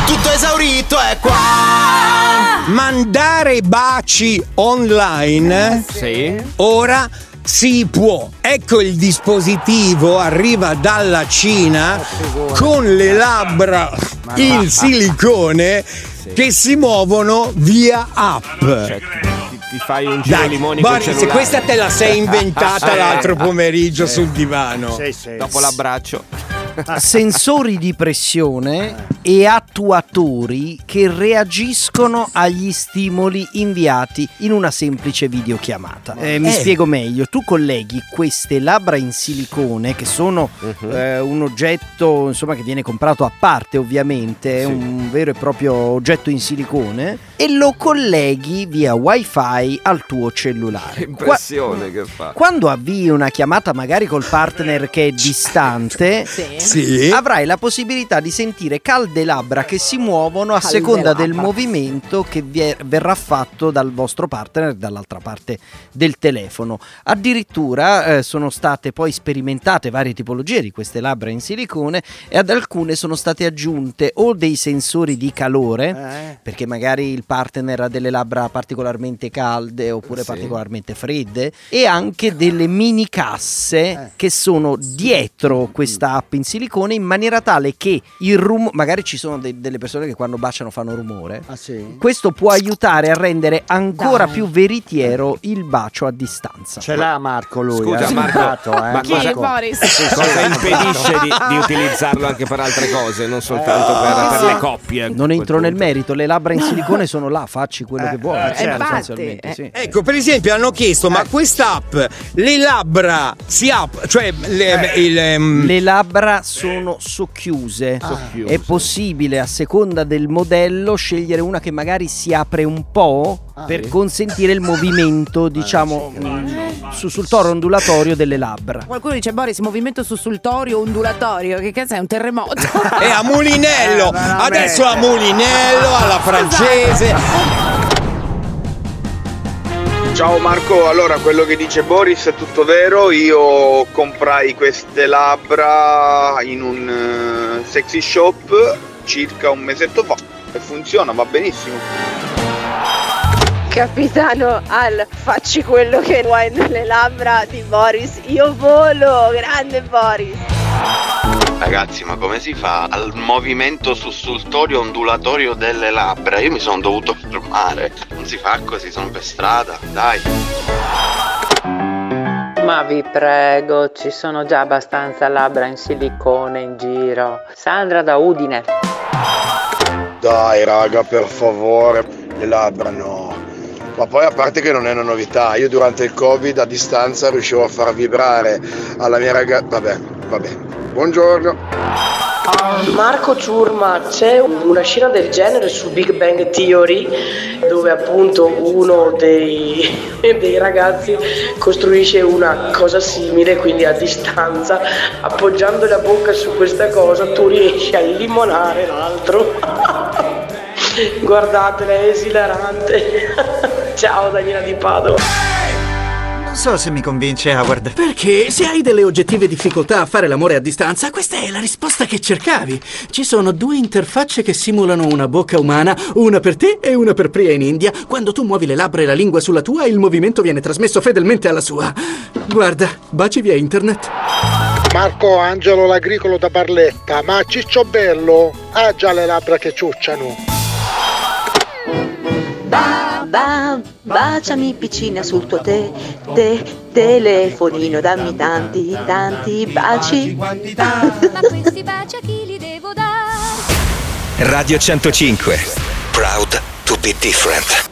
Tutto esaurito è qua. Mandare baci online? Sì. Ora si può. Ecco, il dispositivo arriva dalla Cina con le labbra in silicone che si muovono via app. Cioè, ti fai un giro Dai, limoni Boris, col cellulare. questa te la sei inventata l'altro pomeriggio sul divano. Dopo l'abbraccio. Sensori di pressione e attuatori che reagiscono agli stimoli inviati in una semplice videochiamata. Mi spiego meglio. Tu colleghi queste labbra in silicone, che sono un oggetto, insomma, che viene comprato a parte, ovviamente, è un vero e proprio oggetto in silicone, e lo colleghi via wifi al tuo cellulare. Che impressione che fa. Quando avvii una chiamata magari col partner che è distante, Sì. avrai la possibilità di sentire calde labbra che si muovono a seconda del movimento che verrà fatto dal vostro partner dall'altra parte del telefono. Addirittura sono state poi sperimentate varie tipologie di queste labbra in silicone, e ad alcune sono state aggiunte o dei sensori di calore, perché magari il partner ha delle labbra particolarmente calde oppure particolarmente fredde, e anche delle mini casse che sono dietro questa app in silicone, in maniera tale che il rumore, magari ci sono delle persone che quando baciano fanno rumore, questo può aiutare a rendere ancora più veritiero il bacio a distanza. Ce l'ha Marco lui. Scusa, Marco, ma Chi è Boris? cosa impedisce di utilizzarlo anche per altre cose, non soltanto per le coppie? Non entro nel merito, le labbra in silicone sono là, facci quello che vuoi, sostanzialmente, sì. Ecco, per esempio hanno chiesto, ma quest'app le labbra si apre, cioè le labbra sono socchiuse. È possibile, a seconda del modello, scegliere una che magari si apre un po' per consentire il movimento, diciamo, sussultorio ondulatorio delle labbra. Qualcuno dice: Boris, movimento sussultorio ondulatorio, che cazzo è, un terremoto? È a Mulinello, adesso a Mulinello, alla francese. Ciao Marco, allora quello che dice Boris è tutto vero. Io comprai queste labbra in un sexy shop circa un mesetto fa e funziona, va benissimo. Capitano Al, facci quello che vuoi nelle labbra di Boris, io volo, grande Boris. Ragazzi, ma come si fa al movimento sussultorio ondulatorio delle labbra? Io mi sono dovuto fermare. Non si fa così, sono per strada, dai. Ma vi prego, ci sono già abbastanza labbra in silicone in giro. Sandra da Udine. Dai raga, per favore, le labbra no. Ma poi, a parte che non è una novità, io durante il Covid a distanza riuscivo a far vibrare alla mia ragazza. Vabbè. Buongiorno. Marco Ciurma, c'è una scena del genere su Big Bang Theory dove appunto uno dei ragazzi costruisce una cosa simile, quindi a distanza, appoggiando la bocca su questa cosa tu riesci a limonare l'altro. Guardatela, è esilarante. Ciao Daniela di Padova. Non so se mi convince, Howard. Perché se hai delle oggettive difficoltà a fare l'amore a distanza, questa è la risposta che cercavi. Ci sono due interfacce che simulano una bocca umana, una per te e una per Priya in India. Quando tu muovi le labbra e la lingua sulla tua, il movimento viene trasmesso fedelmente alla sua. Guarda, baci via internet. Marco Angelo l'agricolo da Barletta, ma Ciccio Bello ha già le labbra che ciucciano. Baciami piccina sul tuo telefonino, dammi tanti baci. Ma questi baci a chi li devo dare? Radio 105. Proud to be different.